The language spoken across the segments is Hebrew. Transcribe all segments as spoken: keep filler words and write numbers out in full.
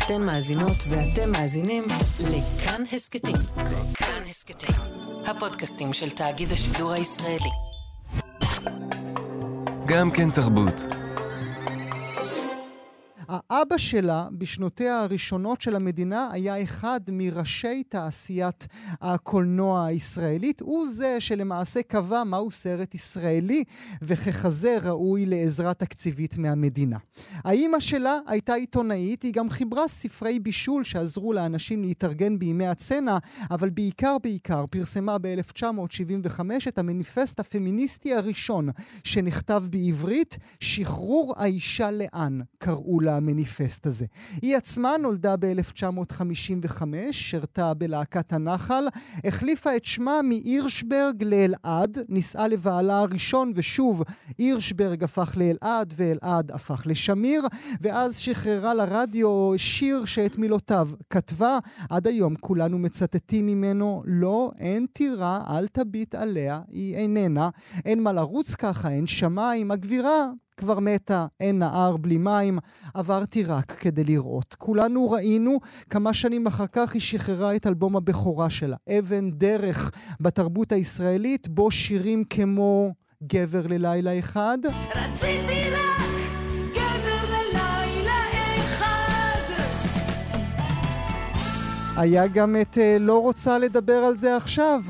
אתן מאזינות ואתם מאזינים לכאן הסקטים. כאן הסקטים, הפודקאסטים של תאגיד השידור הישראלי. גם כן תרבות. האבא שלה בשנותיה הראשונות של המדינה היה אחד מראשי תעשיית הקולנוע הישראלית. הוא זה שלמעשה קבע מהו סרט ישראלי וככזה ראוי לעזרה תקציבית מהמדינה. האמא שלה הייתה עיתונאית, היא גם חיברה ספרי בישול שעזרו לאנשים להתארגן בימי הצנע, אבל בעיקר בעיקר פרסמה ב-אלף תשע מאות שבעים וחמש את המניפסט הפמיניסטי הראשון שנכתב בעברית, שחרור האישה לאן, קראו לה המניפסט הזה. היא עצמה נולדה ב-אלף תשע מאות חמישים וחמש, שרתה בלהקת הנחל, החליפה את שמה מאירשברג לאלעד, נישאה לבעלה הראשון, ושוב אירשברג הפך לאלעד ואלעד הפך לשמיר, ואז שחררה לרדיו שיר שאת מילותיו כתבה. עד היום כולנו מצטטים ממנו: לא, אין טירה, אל תביט עליה, היא איננה, אין מה לרוץ ככה, אין שמיים, הגבירה כבר מתה, אין נהר בלי מים, עברתי רק כדי לראות. כולנו ראינו, כמה שנים אחר כך היא שחררה את אלבום הבכורה שלה, אבן דרך בתרבות הישראלית, בו שירים כמו גבר ללילה אחד. רציתי רק גבר ללילה אחד. היה גם את לא רוצה לדבר על זה עכשיו.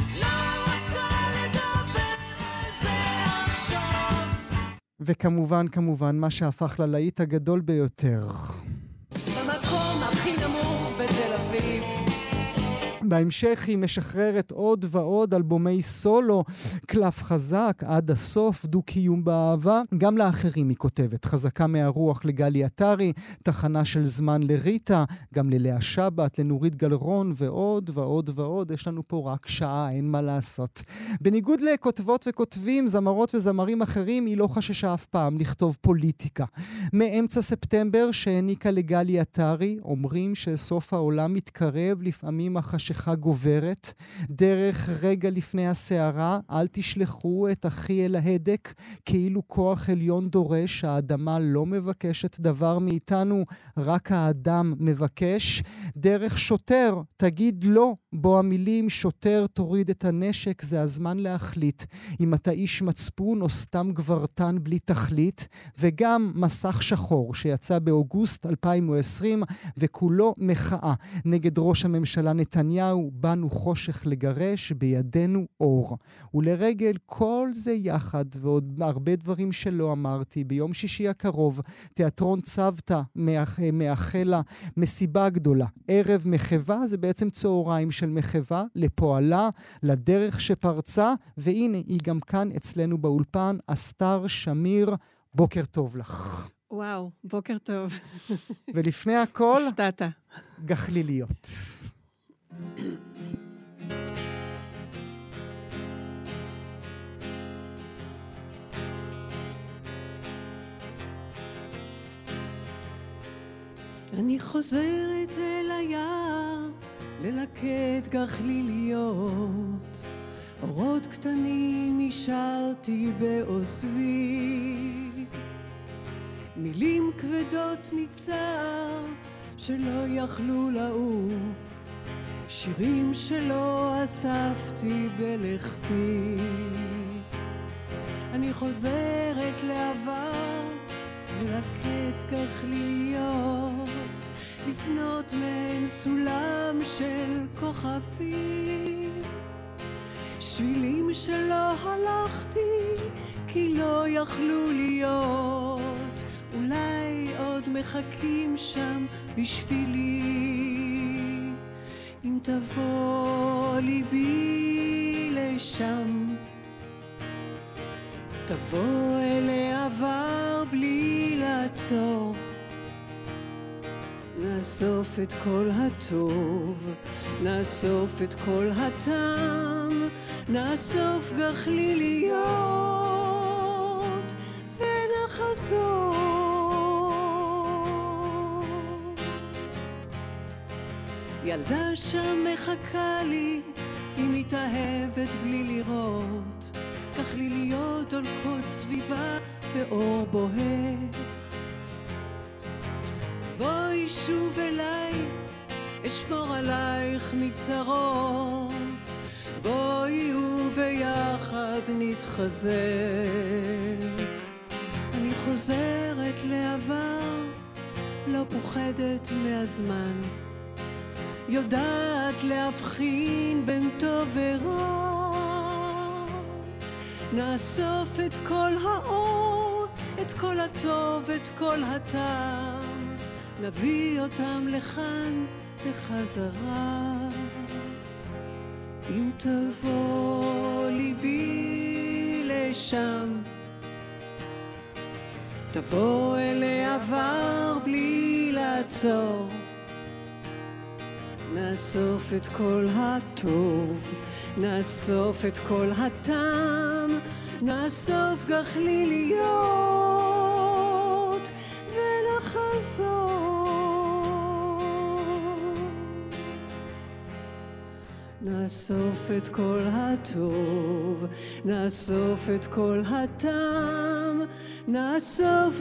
וכמובן, כמובן, מה שהפך ללהיט הגדול ביותר. במקום הכי נמוך בתל אביב. בהמשך היא משחררת עוד ועוד אלבומי סולו, קלף חזק, עד הסוף, דו קיום באהבה. גם לאחרים היא כותבת, חזקה מהרוח לגלי עטרי, תחנה של זמן לריטה, גם ללאה שבת, לנורית גלרון ועוד ועוד ועוד. יש לנו פה רק שעה, אין מה לעשות. בניגוד לכותבות וכותבים, זמרות וזמרים אחרים, היא לא חששה אף פעם לכתוב פוליטיקה. מאמצע ספטמבר שהעניקה לגלי עטרי, אומרים שסוף העולם מתקרב, לפעמים החשכה גוברת, דרך רגע לפני הסערה, אל תשלחו את אחי אל ההדק, כאילו כוח עליון דורש, האדמה לא מבקשת דבר מאיתנו, רק האדם מבקש. דרך שוטר, תגיד לא, בו המילים שוטר תוריד את הנשק, זה הזמן להחליט, אם אתה איש מצפון או סתם גברתן בלי תכלית. וגם מסך שחור שיצא באוגוסט אלפיים ועשרים, וכולו מחאה נגד ראש הממשלה נתניהו, באנו חושך לגרש, בידינו אור. ולרגל כל זה יחד, ועוד הרבה דברים שלא אמרתי, ביום שישי הקרוב, תיאטרון צוותא מאחלה מסיבה גדולה. ערב מחווה, זה בעצם צהריים של מחווה, לפועלה, לדרך שפרצה, והנה היא גם כאן אצלנו באולפן, אסתר שמיר, בוקר טוב לך. וואו, בוקר טוב. ולפני הכל, הפתעת. גחליליות. אני חוזרת אל היער ללקט גחליליות, אורות קטנים השארתי בעוזבי, מילים כבדות מצער שלא יכלו לעוף, שירים שלא אספתי בלכתי. אני חוזרת לעבר ללקט גחליליות, לפנות מעין סולם של כוכבים, שבילים שלא הלכתי כי לא יכלו להיות, אולי עוד מחכים שם בשבילי. אם תבוא ליבי לשם, תבוא אל העבר בלי לעצור, נאסוף את כל הטוב, נאסוף את כל הטעם, נאסוף גחליליות ונחזור. ילדה שם מחכה לי, היא מתאהבת בלי לראות, גחליליות הולכות סביבה באור בוהק. בואי בואי שוב אליי, אשמור עלייך מצרות, בואי וביחד נתחזק. אני חוזרת לעבר, לא פוחדת מהזמן, יודעת להבחין בין טוב ורע, נאסוף את כל האור, את כל הטוב, את כל הטעם, נביא אותם לכאן בחזרה. אם תבוא ליבי לשם, תבוא אל העבר בלי לעצור, נאסוף את כל הטוב, נאסוף את כל הטעם, נאסוף גחליליות ונחזור. נאסוף את כל הטוב, נאסוף את כל הטעם, נאסוף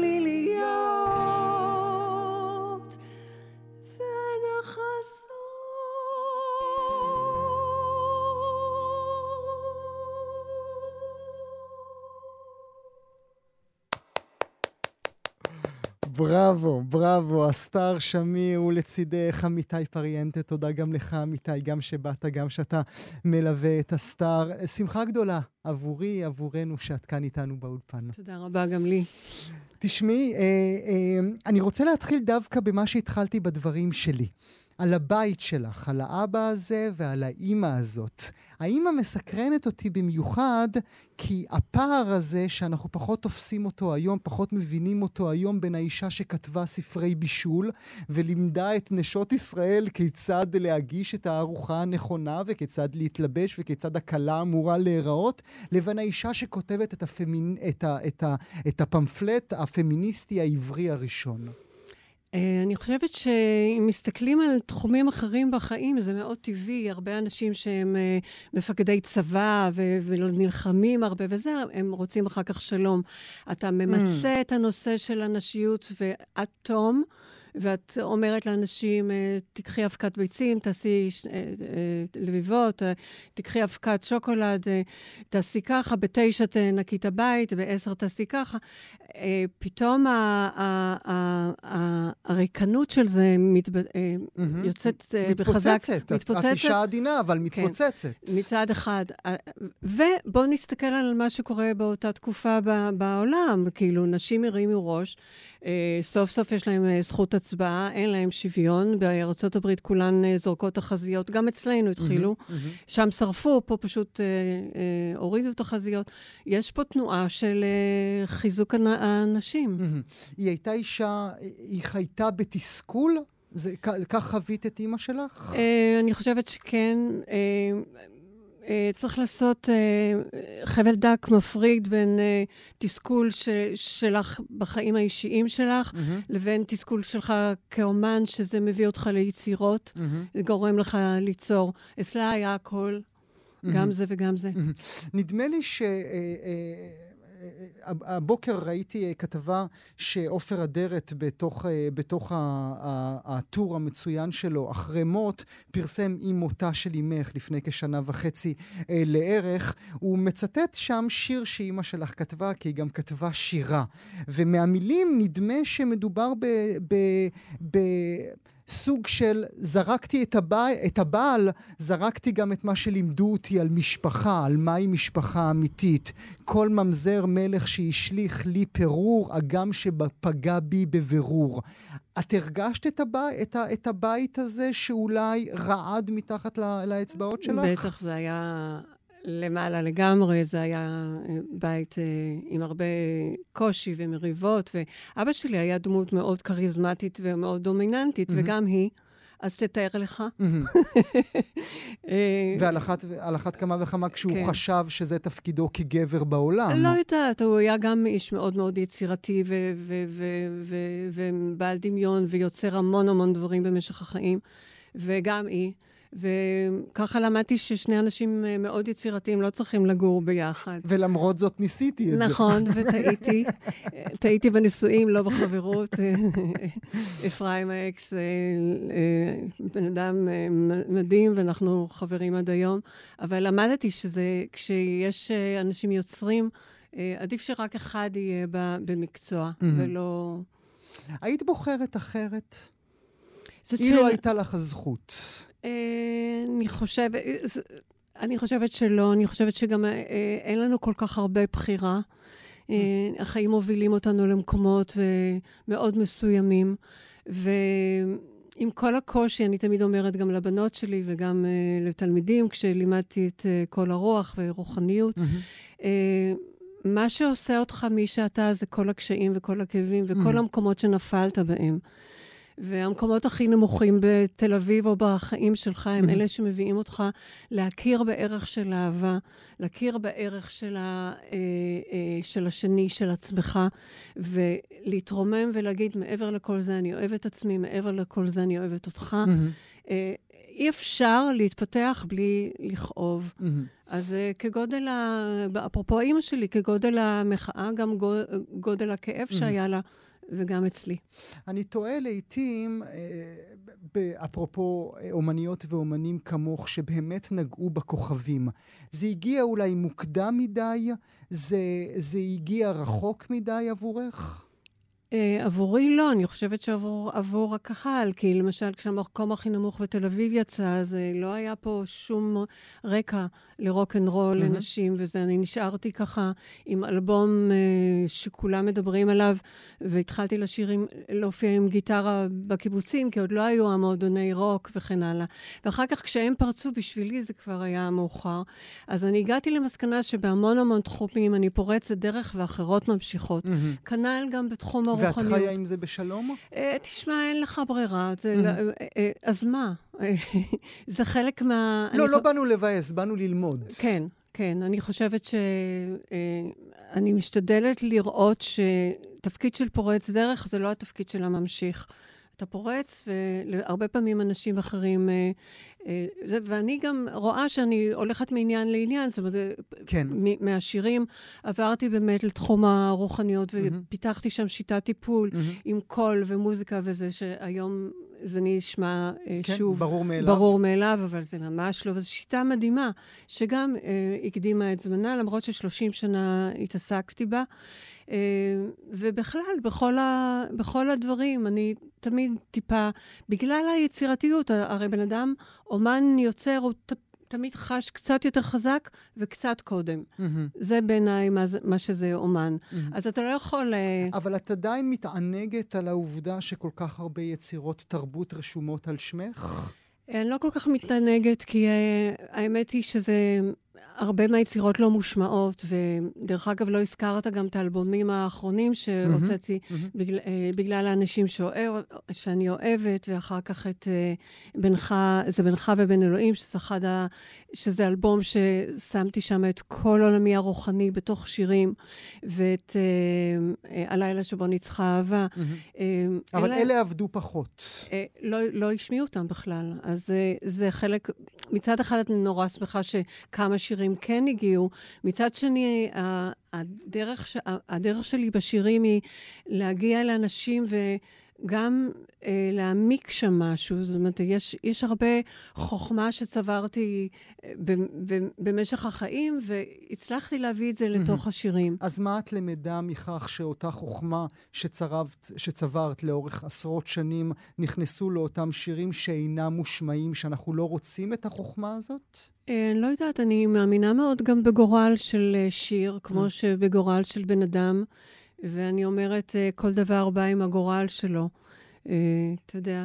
גחליליות ונחזור. בראבו, בראבו, אסתר שמיר ולצידך אמיתי פריאנטה. תודה גם לך אמיתי, גם שבאת, גם שאתה מלווה את אסתר. שמחה גדולה עבורי, עבורנו, שאת כאן איתנו באולפן. תודה רבה גם לי. תשמעי, אה, אה, אני רוצה להתחיל דווקא במה שהתחלתי בדברים שלי. על הבית שלך, על האבא הזה ועל האמא הזאת. האמא מסקרנת אותי במיוחד, כי הפער הזה שאנחנו פחות תופסים אותו היום, פחות מבינים אותו היום, בין האישה שכתבה ספרי בישול, ולימדה את נשות ישראל כיצד להגיש את הארוחה הנכונה, וכיצד להתלבש, וכיצד הכלה אמורה להיראות, לבין האישה שכותבת את, הפמינ... את, ה... את, ה... את הפמפלט הפמיניסטי העברי הראשון. אני חושבת שאם מסתכלים על תחומים אחרים בחיים, זה מאוד טבעי. הרבה אנשים שהם מפקדי צבא ונלחמים הרבה וזה, הם רוצים אחר כך שלום. אתה ממצא את הנושא של הנשיות ועד תום, ואת אומרת לאנשים, תקחי אבקת ביצים, תעשי לביבות, תקחי אבקת שוקולד, תעשי ככה, בתשע תנקי את הבית, בעשר תעשי ככה. פתאום הריקנות של זה יוצאת בחזק. מתפוצצת. את אישה עדינה, אבל מתפוצצת. מצד אחד. ובואו נסתכל על מה שקורה באותה תקופה בעולם. כאילו, נשים הרימו ראש, סוף סוף יש להם זכות הצבעה, אין להם שוויון. בארצות הברית כולן זורקות החזיות, גם אצלנו התחילו. שם שרפו, פה פשוט הורידו את החזיות. יש פה תנועה של חיזוק האנשים. היא הייתה אישה, היא חייתה בתסכול? כך חווית את אמא שלך? אני חושבת שכן. צריך לעשות חבל דק מפריד בין תסכול שלך בחיים האישיים שלך, לבין תסכול שלך כאומן, שזה מביא אותך ליצירות, גורם לך ליצור. אצלה היה הכל, גם זה וגם זה. נדמה לי ש... הבוקר ראיתי כתבה שאופר אדרת בתוך, בתוך הטור המצוין שלו, אחרי מות, פרסם עם מותה של אמך לפני כשנה וחצי לערך. הוא מצטט שם שיר שאמא שלך כתבה, כי היא גם כתבה שירה. ומהמילים נדמה שמדובר ב... ב, ב סוג של זרקתי את, הבע... את הבעל, זרקתי גם את מה שלימדו אותי על משפחה, על מהי משפחה אמיתית. כל ממזר מלך שהשליך לי פירור, אגם שפגע בי בבירור. את הרגשת את, הבא... את, ה... את הבית הזה שאולי רעד מתחת ל... לאצבעות שלך? בטח, זה היה... למעלה לגמרי, זה היה בית אה, עם הרבה קושי ומריבות, ואבא שלי היה דמות מאוד קריזמטית ומאוד דומיננטית, mm-hmm. וגם היא, אז תתאר לך. Mm-hmm. ועל אחת, על אחת כמה וכמה כשהוא כן. חשב שזה תפקידו כגבר בעולם. לא יודעת, הוא היה גם איש מאוד מאוד יצירתי ובעל דמיון, ויוצר המון המון דברים במשך החיים, וגם היא. וככה למדתי ששני אנשים מאוד יצירתיים לא צריכים לגור ביחד. ולמרות זאת ניסיתי את זה. נכון, וטעיתי. טעיתי בנישואים, לא בחברות. אפרים האקס, בן אדם מדהים, ואנחנו חברים עד היום. אבל למדתי שזה, כשיש אנשים יוצרים, עדיף שרק אחד יהיה במקצוע, ולא... היית בוחרת אחרת? אילו של... הייתה לך הזכות. אני חושבת, אני חושבת שלא, אני חושבת שגם אין לנו כל כך הרבה בחירה. החיים מובילים אותנו למקומות מאוד מסוימים, ועם כל הקושי, אני תמיד אומרת גם לבנות שלי וגם לתלמידים, כשלימדתי את כל הרוח ורוחניות, מה שעושה אותך מי שאתה זה כל הקשיים וכל הכאבים וכל המקומות שנפלת בהם. והמקומות הכי נמוכים בתל אביב או בחיים שלך הם אלה שמביאים אותך להכיר בערך של אהבה, להכיר בערך של, ה, של השני, של עצמך, ולהתרומם ולהגיד, מעבר לכל זה אני אוהבת את עצמי, מעבר לכל זה אני אוהבת אותך. אי אפשר להתפתח בלי לכאוב. אז כגודל, אפרופו אמא שלי, כגודל המחאה, גם גודל הכאב שהיה לה, וגם אצלי. אני טועה לעתים, אפרופו אומניות ואומנים כמוך, שבאמת נגעו בכוכבים. זה הגיע אולי מוקדם מדי? זה, זה הגיע רחוק מדי עבורך? עבורי לא, אני חושבת שעבור עבור הקהל, כי למשל כשהמקום הכי נמוך בתל אביב יצא, אז לא היה פה שום רקע לרוק-אנד-רול לנשים, וזה, אני נשארתי ככה עם אלבום שכולם מדברים עליו, והתחלתי לשיר עם, להופיע עם גיטרה בקיבוצים, כי עוד לא היו המועדוני רוק וכן הלאה. ואחר כך כשהם פרצו בשבילי זה כבר היה מאוחר. אז אני הגעתי למסקנה שבהמון המון תחומים אני פורצת דרך ואחרות ממשיכות. כנ"ל גם בתחום הרוחניות. ואת חיה עם זה בשלום? תשמע, אין לך ברירה. אז מה? זה חלק מה... לא, לא באנו לבאס, באנו ללמוד. כן, כן. אני חושבת שאני משתדלת לראות שתפקיד של פורץ דרך זה לא התפקיד של הממשיך. אתה פורץ, והרבה פעמים אנשים אחרים... ואני גם רואה שאני הולכת מעניין לעניין, זאת אומרת, כן. מהשירים עברתי באמת לתחום הרוחניות, ופיתחתי שם שיטת טיפול עם קול ומוזיקה וזה, שהיום זה נשמע כן, שוב ברור מאליו. ברור מאליו, אבל זה ממש לא, וזו שיטה מדהימה, שגם אה, הקדימה את זמנה, למרות ששלושים שנה התעסקתי בה, אה, ובכלל, בכל, ה, בכל הדברים, אני תמיד טיפה, בגלל היצירתיות, הרי בן אדם, אומן יוצר, הוא ת, תמיד חש קצת יותר חזק וקצת קודם. Mm-hmm. זה בעיניי מה, מה שזה אומן. Mm-hmm. אז אתה לא יכול... אבל את עדיין מתענגת על העובדה שכל כך הרבה יצירות תרבות רשומות על שמך? אני לא כל כך מתענגת, כי האמת היא שזה... הרבה מהיצירות לא מושמעות, ודרך אגב לא הזכרת גם את האלבומים האחרונים שהוצאתי mm-hmm. בגלל, בגלל האנשים שאוהב, שאני אוהבת, ואחר כך את בנך, זה בנך ובן אלוהים, שזה, אחד ה, שזה אלבום ששמתי שם את כל עולמי הרוחני בתוך שירים, ואת הלילה שבו ניצחה אהבה. Mm-hmm. אבל אלה, אלה עבדו פחות. לא, לא השמיעו אותם בכלל. אז זה חלק, מצד אחד אני נורא שמחה שכמה שירים כן הגיעו. מצד שני, הדרך, ש... הדרך שלי בשירים היא להגיע לאנשים וגם אה, להעמיק שם משהו. זאת אומרת, יש, יש הרבה חוכמה שצברתי ב, ב, במשך החיים, והצלחתי להביא את זה לתוך השירים. אז מה את למדה מכך שאותה חוכמה שצרבת, שצברת לאורך עשרות שנים, נכנסו לאותם שירים שאינם מושמעים, שאנחנו לא רוצים את החוכמה הזאת? אני לא יודעת, אני מאמינה מאוד גם בגורל של שיר, כמו שבגורל של בן אדם, ואני אומרת, כל דבר בא עם הגורל שלו. אתה יודע,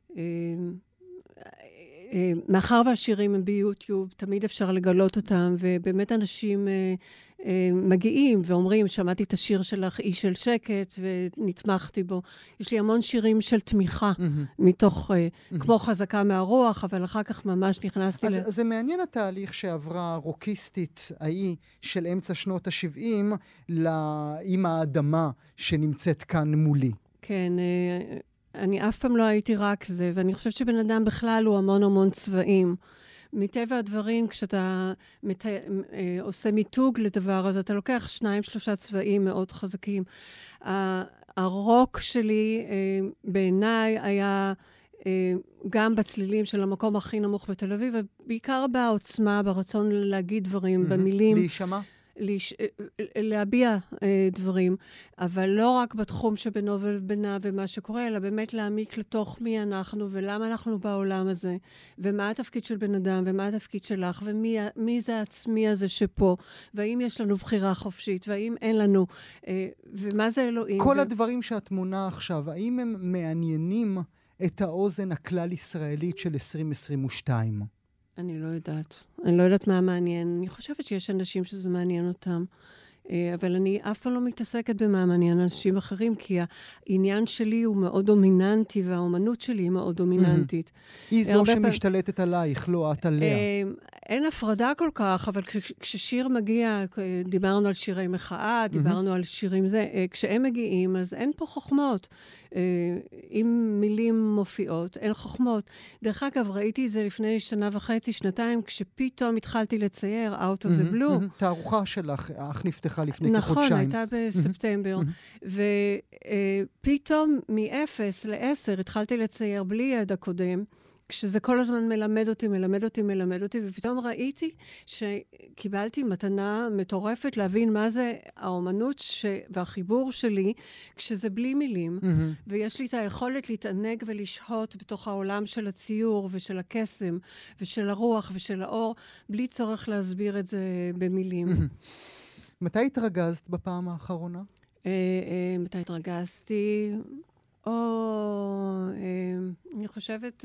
מאחר והשירים הם ביוטיוב, תמיד אפשר לגלות אותם, ובאמת אנשים מגיעים ואומרים, שמעתי את השיר שלך, אי של שקט, ונתמכתי בו. יש לי המון שירים של תמיכה, מתוך, כמו חזקה מהרוח, אבל אחר כך ממש נכנסתי... אז זה מעניין התהליך שעברה רוקיסטית ההיא של אמצע שנות ה-שבעים, עם האדמה שנמצאת כאן מולי. כן, אני אף פעם לא הייתי רק זה, ואני חושבת שבן אדם בכלל הוא המון המון צבעים. מטבע הדברים, כשאתה מת... עושה מיתוג לדבר, אז אתה לוקח שניים, שלושה צבעים מאוד חזקים. הרוק שלי בעיניי היה גם בצלילים של המקום הכי נמוך בתל אביב, ובעיקר בעוצמה, ברצון להגיד דברים, במילים. להישמע? להש... להביע אה, דברים, אבל לא רק בתחום שבינו ובינה ומה שקורה, אלא באמת להעמיק לתוך מי אנחנו ולמה אנחנו בעולם הזה, ומה התפקיד של בן אדם, ומה התפקיד שלך, ומי מי זה העצמי הזה שפה, והאם יש לנו בחירה חופשית, והאם אין לנו, אה, ומה זה אלוהים. כל ו... הדברים שאת מונה עכשיו, האם הם מעניינים את האוזן הכלל ישראלית של עשרים עשרים ושתיים? אני לא יודעת. אני לא יודעת מה מעניין. אני חושבת שיש אנשים שזה מעניין אותם. אבל אני אף פעם לא מתעסקת במה מעניין אנשים אחרים, כי העניין שלי הוא מאוד דומיננטי, והאומנות שלי היא מאוד דומיננטית. היא זו שמשתלטת עלייך, לא את עליה. אין הפרדה כל כך, אבל כששיר מגיע, דיברנו על שירי מחאה, דיברנו על שירים זה, כשהם מגיעים, אז אין פה חוכמות. אם מילים מופיעות, אין חוכמות. דרך אגב, ראיתי את זה לפני שנה וחצי, שנתיים, כשפתאום התחלתי לצייר Out of the Blue. תערוכה שלך, אך נפתחה לפני נכון, כחודשיים. הייתה בספטמבר. ופתאום מ-אפס ל-עשר התחלתי לצייר בלי ידע קודם, כשזה כל הזמן מלמד אותי, מלמד אותי, מלמד אותי, ופתאום ראיתי שקיבלתי מתנה מטורפת להבין מה זה האומנות ש... והחיבור שלי, כשזה בלי מילים, mm-hmm. ויש לי את היכולת להתענג ולשהות בתוך העולם של הציור ושל הקסם ושל הרוח ושל האור, בלי צורך להסביר את זה במילים. Mm-hmm. מתי התרגזת בפעם האחרונה? אה, אה, מתי התרגזתי? או, אני חושבת,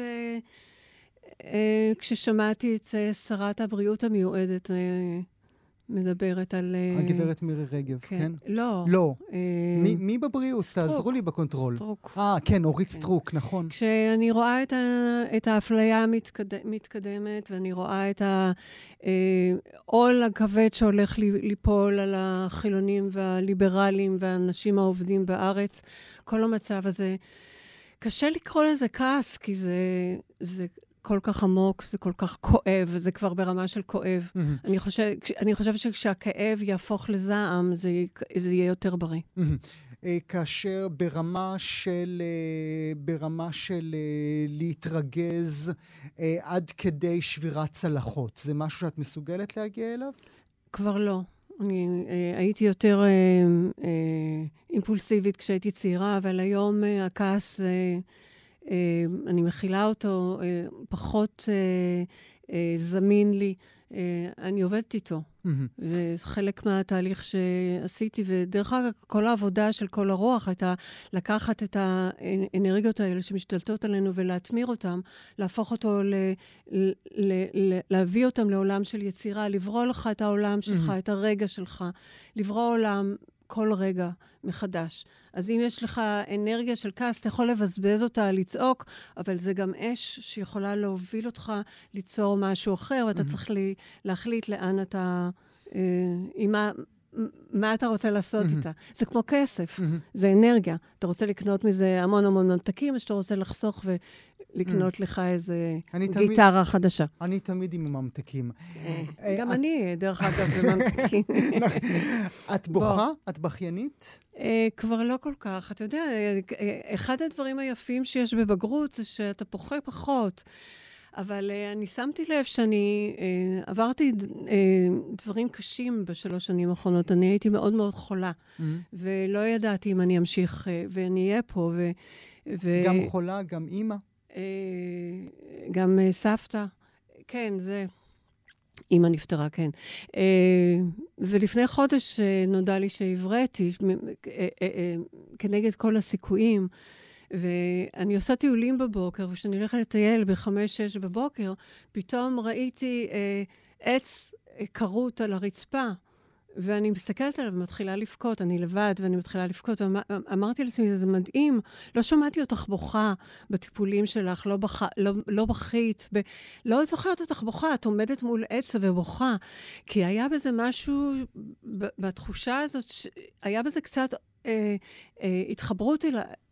כששמעתי את שרת הבריאות המיועדת מדברת על... הגברת מירי רגב, כן? לא. לא. מי בבריאות? תעזרו לי בקונטרול. סטרוק. אה, כן, אורית סטרוק, נכון. כשאני רואה את האפליה המתקדמת, ואני רואה את העול הכבד שהולך ליפול על החילונים והליברלים והאנשים העובדים בארץ, כל המצב הזה, קשה לקרוא לזה כעס, כי זה... זה כל כך עמוק, זה כל כך כואב, זה כבר ברמה של כואב. Mm-hmm. אני, חושב, אני חושבת שכשהכאב יהפוך לזעם, זה, זה יהיה יותר בריא. Mm-hmm. כאשר ברמה של, ברמה של להתרגז עד כדי שבירת צלחות, זה משהו שאת מסוגלת להגיע אליו? כבר לא. אני הייתי יותר אימפולסיבית כשהייתי צעירה, אבל היום הכעס... אני מכילה אותו, פחות זמין לי. אני עובדת איתו. זה חלק מהתהליך שעשיתי, ודרך אגב, כל העבודה של כל הרוח הייתה לקחת את האנרגיות האלה שמשתלטות עלינו ולהתמיר אותם, להפוך אותו, להביא אותם לעולם של יצירה, לברוא לך את העולם שלך, את הרגע שלך, לברוא עולם כל רגע מחדש. אז אם יש לך אנרגיה של כעס, אתה יכול לבזבז אותה, לצעוק, אבל זה גם אש שיכולה להוביל אותך ליצור משהו אחר, ואתה צריך להחליט לאן אתה, עם מה, מה אתה רוצה לעשות איתה. זה כמו כסף, זה אנרגיה. אתה רוצה לקנות מזה המון המון ממתקים, שאתה רוצה לחסוך ולקנות לך איזה גיטרה חדשה. אני תמיד עם ממתקים. גם אני, דרך אגב, בממתקים. את בוכה? את בכיינית? כבר לא כל כך. אתה יודע, אחד הדברים היפים שיש בבגרות זה שאתה בוכה פחות. אבל uh, אני שמתי לב שאני uh, עברתי uh, דברים קשים בשלוש שנים האחרונות. אני הייתי מאוד מאוד חולה, mm-hmm. ולא ידעתי אם אני אמשיך, uh, ואני אהיה פה. ו, ו... גם חולה, גם אימא? Uh, גם uh, סבתא. כן, זה... אימא נפטרה, כן. Uh, ולפני חודש uh, נודע לי שהבראתי, uh, uh, uh, כנגד כל הסיכויים, ואני עושה טיולים בבוקר, וכשאני הולכת לטייל בחמש, שש בבוקר, פתאום ראיתי אה, עץ אה, קרוט על הרצפה, ואני מסתכלת עליו ומתחילה לבכות, אני לבד ואני מתחילה לבכות, ואמרתי לעצמי, זה מדהים, לא שמעתי אותך בוכה בטיפולים שלך, לא, בח, לא, לא בכית, ב, לא זוכרת אותך בוכה, את עומדת מול עץ ובוכה, כי היה בזה משהו, בתחושה הזאת, היה בזה קצת אה, אה, התחברות אל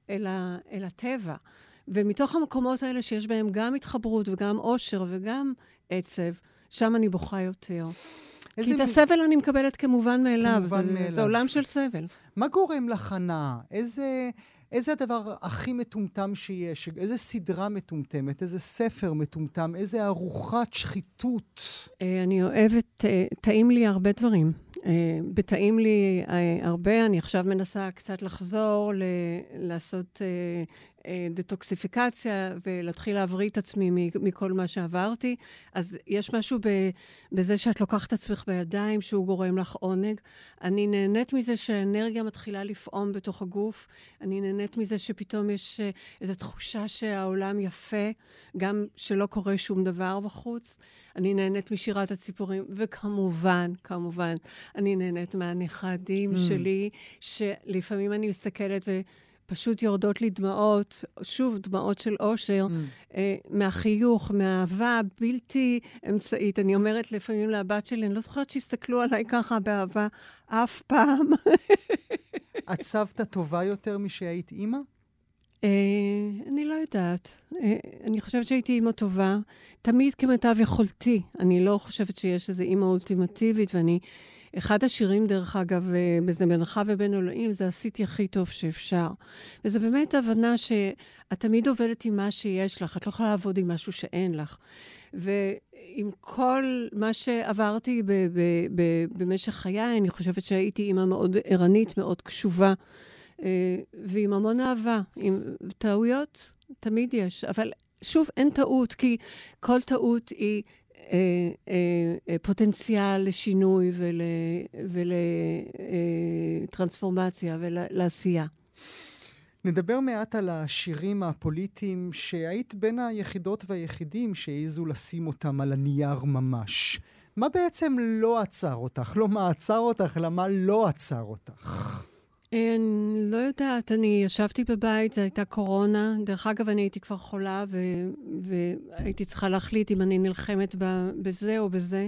אל, ה, אל הטבע. ומתוך המקומות האלה שיש בהם גם התחברות וגם עושר וגם עצב, שם אני בוכה יותר. כי את הסבל אני מקבלת כמובן מאליו. כמובן מאליו. זה עולם של סבל. מה גורם לך הנאה? איזה... איזה הדבר הכי מטומטם שיש? איזה סדרה מטומטמת? איזה ספר מטומטם? איזה ארוחת שחיתות? אני אוהבת, טעים לי הרבה דברים. בטעים לי הרבה, אני עכשיו מנסה קצת לחזור, לעשות דטוקסיפיקציה ולהתחיל להבריא את עצמי מכל מה שעברתי. אז יש משהו בזה שאת לוקחת את עצמך בידיים, שהוא גורם לך עונג. אני נהנית מזה שהאנרגיה מתחילה לפעום בתוך הגוף. אני נהנית מזה שפתאום יש איזו תחושה שהעולם יפה, גם שלא קורה שום דבר בחוץ. אני נהנית משירת הציפורים, וכמובן, כמובן, אני נהנית מהנכדים mm. שלי, שלפעמים אני מסתכלת ו... פשוט יורדות לי דמעות, שוב, דמעות של אושר, mm. אה, מהחיוך, מהאהבה בלתי אמצעית. אני אומרת לפעמים לבת שלי, אני לא זוכרת שהסתכלו עליי ככה באהבה אף פעם. את סבתא טובה יותר משהיית אימא? אה, אני לא יודעת. אה, אני חושבת שהייתי אימא טובה. תמיד כמיטב יכולתי. אני לא חושבת שיש איזו אימא אולטימטיבית, ואני... אחד השירים, דרך אגב, בזה בינך ובין אלוהים, זה עשיתי הכי טוב שאפשר. וזה באמת הבנה שאת תמיד עובדת עם מה שיש לך, את לא יכולה לעבוד עם משהו שאין לך. ועם כל מה שעברתי ב- ב- ב- במשך חיי, אני חושבת שהייתי אימא מאוד ערנית, מאוד קשובה, ועם המון אהבה. עם טעויות תמיד יש, אבל שוב, אין טעות, כי כל טעות היא... אה, אה, פוטנציאל לשינוי ולטרנספורמציה ולעשייה. נדבר מעט על השירים הפוליטיים שהיית בין היחידות והיחידים שהעיזו לשים אותם על הנייר ממש. מה בעצם לא עצר אותך? לא מה עצר אותך, אלא מה לא עצר אותך? אני לא יודעת, אני ישבתי בבית, זו הייתה קורונה. דרך אגב, אני הייתי כבר חולה, ו- והייתי צריכה להחליט אם אני נלחמת בזה או בזה.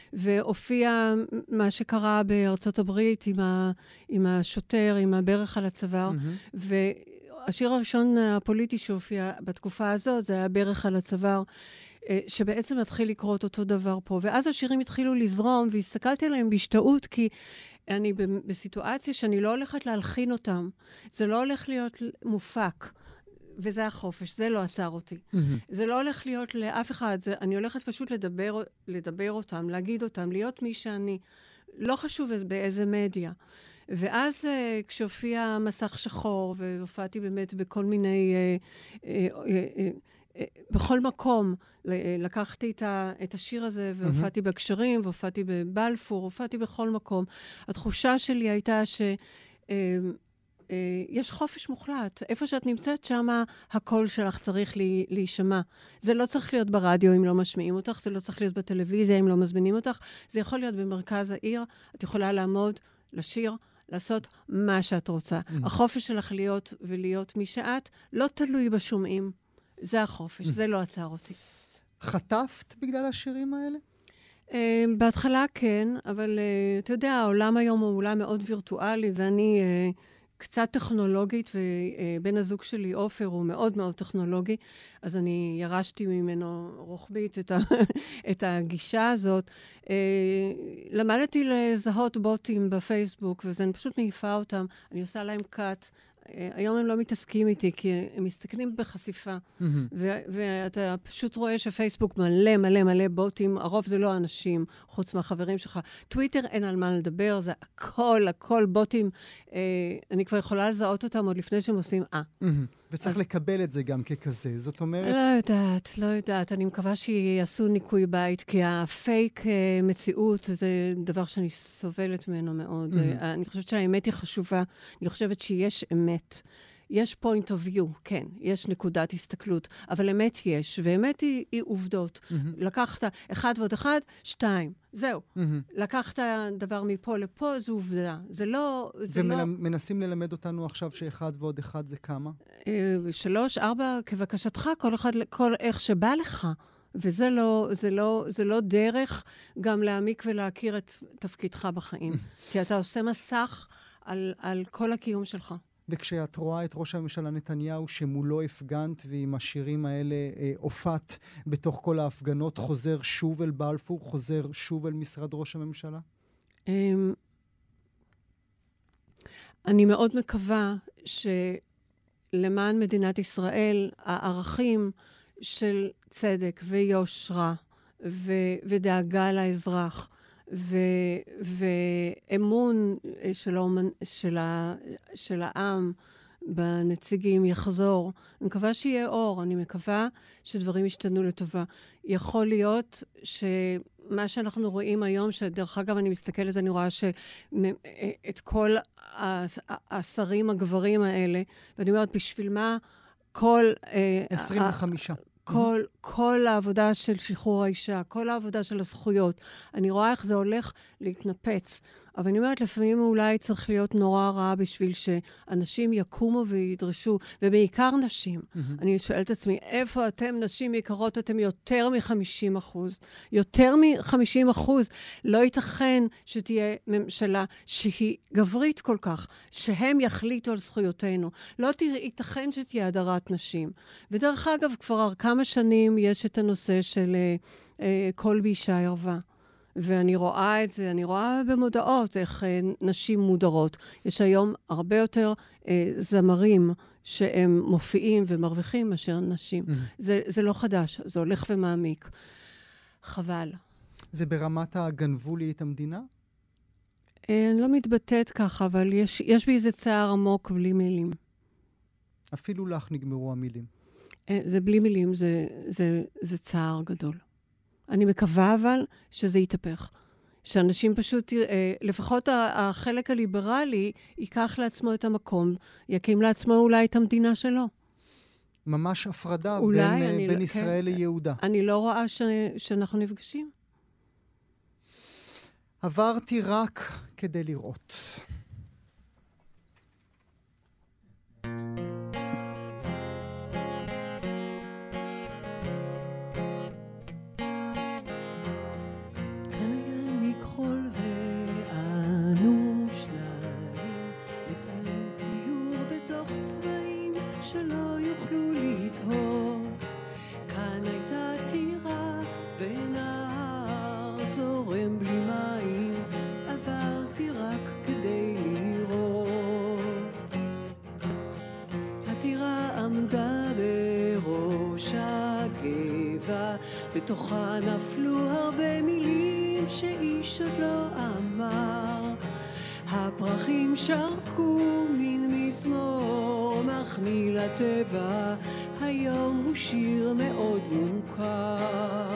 והופיע מה שקרה בארצות הברית עם, ה- עם השוטר, עם הברך על הצוואר. Mm-hmm. והשיר הראשון הפוליטי שהופיע בתקופה הזאת, זה היה ברך על הצוואר, שבעצם התחיל לקרות אותו דבר פה. ואז השירים התחילו לזרום, והסתכלתי עליהם בהשתאות, כי... אני בסיטואציה שאני לא הולכת להלחין אותם. זה לא הולך להיות מופק, וזה החופש, זה לא עצר אותי. Mm-hmm. זה לא הולך להיות לאף אחד, זה, אני הולכת פשוט לדבר, לדבר אותם, להגיד אותם, להיות מי שאני. לא חשוב באיזה מדיה. ואז uh, כשהופיע מסך שחור, והופעתי באמת בכל מיני... Uh, uh, uh, uh, בכל מקום, לקחתי את, ה, את השיר הזה, והופעתי mm-hmm. בקשרים, והופעתי בבלפור, הופעתי בכל מקום. התחושה שלי הייתה ש... אה, אה, יש חופש מוחלט. איפה שאת נמצאת, שמה הקול שלך צריך לי, להישמע. זה לא צריך להיות ברדיו אם לא משמיעים אותך, זה לא צריך להיות בטלוויזיה אם לא מזמינים אותך, זה יכול להיות במרכז העיר, את יכולה לעמוד, לשיר, לעשות מה שאת רוצה. Mm-hmm. החופש שלך להיות ולהיות מי שאת, לא תלוי בשומעים. זה החופש, זה לא עצר אותי. חטפת בגלל השירים האלה? Uh, בהתחלה כן, אבל uh, אתה יודע, העולם היום הוא עולם מאוד וירטואלי, ואני uh, קצת טכנולוגית, ובן הזוג שלי, אופר, הוא מאוד מאוד טכנולוגי, אז אני ירשתי ממנו רוחבית את, ה- את הגישה הזאת. Uh, למדתי לזהות בוטים בפייסבוק, וזה אני פשוט מעיפה אותם, אני עושה להם קאט, היום הם לא מתעסקים איתי, כי הם מסתכלים בחשיפה. Mm-hmm. ו- ואתה פשוט רואה שפייסבוק מלא מלא מלא בוטים, הרוב זה לא אנשים, חוץ מהחברים שלך. טוויטר אין על מה לדבר, זה הכל, הכל בוטים. אה, אני כבר יכולה לזהות אותם עוד לפני שהם עושים אה. Mm-hmm. וצריך אז... לקבל את זה גם ככזה. זאת אומרת... לא יודעת, לא יודעת. אני מקווה שיעשו ניקוי בית, כי הפייק אה, מציאות זה דבר שאני סובלת ממנו מאוד. Mm-hmm. אה, אני חושבת שהאמת היא חשובה. אני חושבת שיש אמת. יש point of view, כן, יש נקודת הסתכלות, אבל אמת יש, ואמת היא, היא עובדות. Mm-hmm. לקחת אחד ועוד אחד, שתיים, זהו. Mm-hmm. לקחת דבר מפה לפה, זו עובדה. זה לא... זה ומנסים לא... ללמד אותנו עכשיו שאחד ועוד אחד זה כמה? שלוש, ארבע, כבקשתך, כל אחד, כל איך שבא לך. וזה לא, זה לא, זה לא דרך גם להעמיק ולהכיר את תפקידך בחיים. כי אתה עושה מסך על, על כל הקיום שלך. וכשאת רואה את ראש הממשלה נתניהו שמולו הפגנת ועם השירים האלה אה, הופעת בתוך כל ההפגנות, חוזר שוב אל בלפור, חוזר שוב אל משרד ראש הממשלה? אמ, אני מאוד מקווה שלמען מדינת ישראל, הערכים של צדק ויושרה ו- ודאגה לאזרח ו- ואמון של, האומנ... של, ה... של העם בנציגים יחזור. אני מקווה שיהיה אור, אני מקווה שדברים ישתנו לטובה. יכול להיות שמה שאנחנו רואים היום, שדרך אגב אני מסתכלת, אני רואה שאת כל השרים הגברים האלה, ואני אומרת, בשביל מה כל... עשרים וחמישה. כל, כל העבודה של שחרור האישה, כל העבודה של הזכויות, אני רואה איך זה הולך להתנפץ. אבל אני אומרת, לפעמים אולי צריך להיות נורא רע בשביל שאנשים יקומו וידרשו, ובעיקר נשים. Mm-hmm. אני שואלת את עצמי, איפה אתם, נשים יקרות, אתם יותר מ-חמישים אחוז? יותר מ-חמישים אחוז. לא ייתכן שתהיה ממשלה שהיא גברית כל כך, שהם יחליטו על זכויותינו. לא ייתכן שתהיה הדרת נשים. ודרך אגב, כבר כמה שנים יש את הנושא של אה, אה, כל באישה ערווה. ואני רואה את זה, אני רואה במודעות איך אה, נשים מודרות. יש היום הרבה יותר אה, זמרים שהם מופיעים ומרוויחים מאשר נשים. Mm-hmm. זה, זה לא חדש, זה הולך ומעמיק. חבל. זה ברמת הגנבו לי את המדינה? אה, אני לא מתבטאת ככה, אבל יש, יש בי איזה צער עמוק בלי מילים. אפילו לך נגמרו המילים. אה, זה בלי מילים, זה, זה, זה צער גדול. אני מקווה אבל שזה יתהפך. שאנשים פשוט, אה, לפחות החלק הליברלי, ייקח לעצמו את המקום, יקים לעצמו אולי את המדינה שלו. ממש הפרדה אולי, בין, בין לא, ישראל כן, ליהודה. אני לא רואה ש, שאנחנו נפגשים. עברתי רק כדי לראות. בתוכה נפלו הרבה מילים שאיש עוד לא אמר. הפרחים שרקו מן מזמור מחמיא לטבע, היום הוא שיר מאוד מוכר.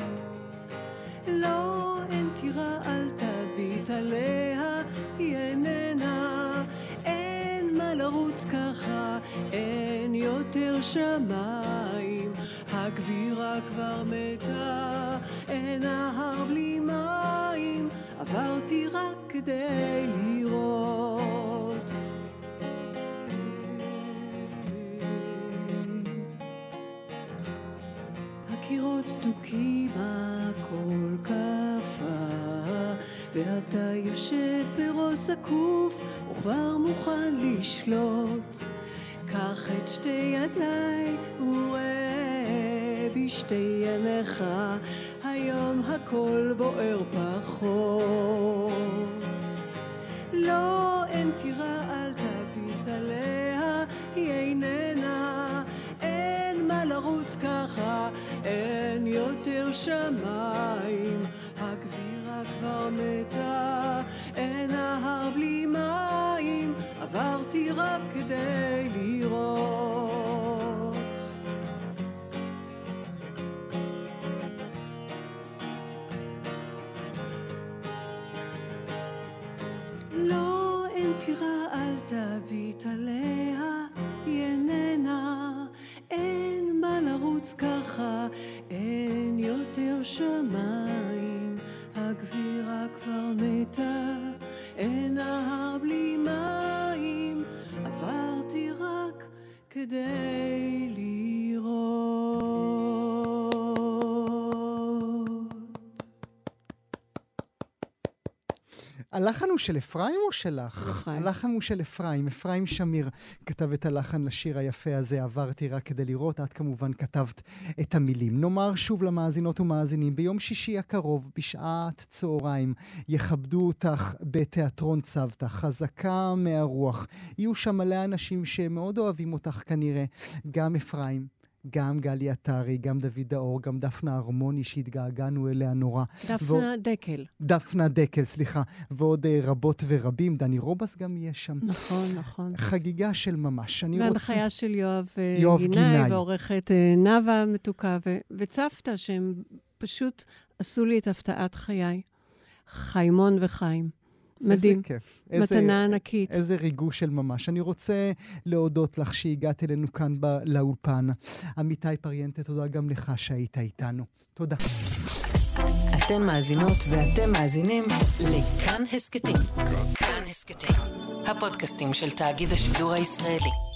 לא, אין טירה, אל תביט עליה, היא איננה. אין מה לרוץ ככה, אין יותר שמיים. הגבירה כבר מתה, אין ההר בלי מים, עברתי רק כדי לראות. הקירות סדוקים, הכל קפא, ואתה יושב בראש זקוף וכבר מוכן לשלוט. קח את שתי ידיי וראה בשתי עיניך, היום הכל בוער פחות. לא, אין טירה, אל תביט עליה, היא איננה. אין מה לרוץ ככה, אין יותר שמיים. הגבירה כבר מתה, אין ההר בלי מים, עברתי רק כדי לראות. לא, אין טירה, אל תביט עליה, היא איננה. אין מה לרוץ ככה, אין יותר שמיים. הגבירה כבר מתה, אין ההר בלי מים, עברתי רק כדי לראות. הלחן הוא של אפרים או שלך? אפרים. הלחן הוא של אפרים. אפרים שמיר כתב את הלחן לשיר היפה הזה, עברתי רק כדי לראות. את כמובן כתבת את המילים. נאמר שוב למאזינות ומאזינים, ביום שישי הקרוב, בשעת צהריים, יכבדו אותך בתיאטרון צוותא, חזקה מהרוח. יהיו שם מלא אנשים שמאוד אוהבים אותך כנראה. גם אפרים, גם גלי עטרי, גם דוד דאור, גם דפנה הרמוני שהתגעגענו אליה נורא. דפנה ו... דקל. דפנה דקל, סליחה. ועוד uh, רבות ורבים. דני רובס גם יהיה שם. נכון, נכון. חגיגה של ממש. אני רוצה... והנחיה של יואב, יואב גינאי, גינאי. ועורכת uh, נאווה מתוקה, ו... וצוותא, שהם פשוט עשו לי את הפתעת חיי. חיימון וחיים. מדהים. איזה כיף. איזה, מתנה ענקית. איזה ריגוש של ממש. אני רוצה להודות לך שהגעת אלינו כאן ב- לאולפן. אמיתי פריאנטה, תודה גם לך שהיית איתנו. תודה. אתן מאזינות ואתם מאזינים לכאן הסקטים. כאן הסקטים, הפודקאסטים של תאגיד השידור הישראלי.